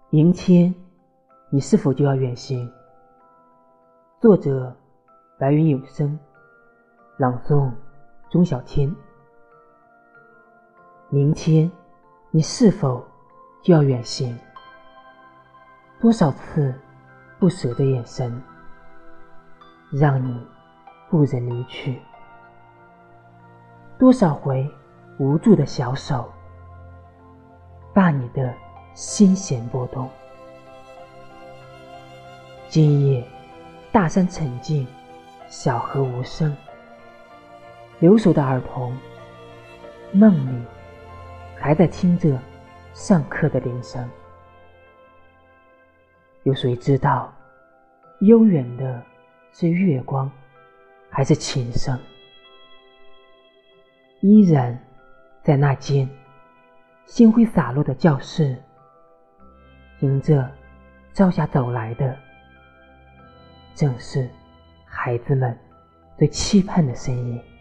明天你是否就要远行？作者白云有声，朗诵钟小天。明天你是否就要远行？多少次不舍的眼神，让你不忍离去；多少回无助的小手，把你的心弦拨动。今夜大山沉静，小河无声，留守的儿童梦里还在听着上课的铃声。有谁知道悠远的是月光还是琴声？依然在那间星辉洒落的教室，迎着朝霞走来的，正是孩子们最期盼的身影。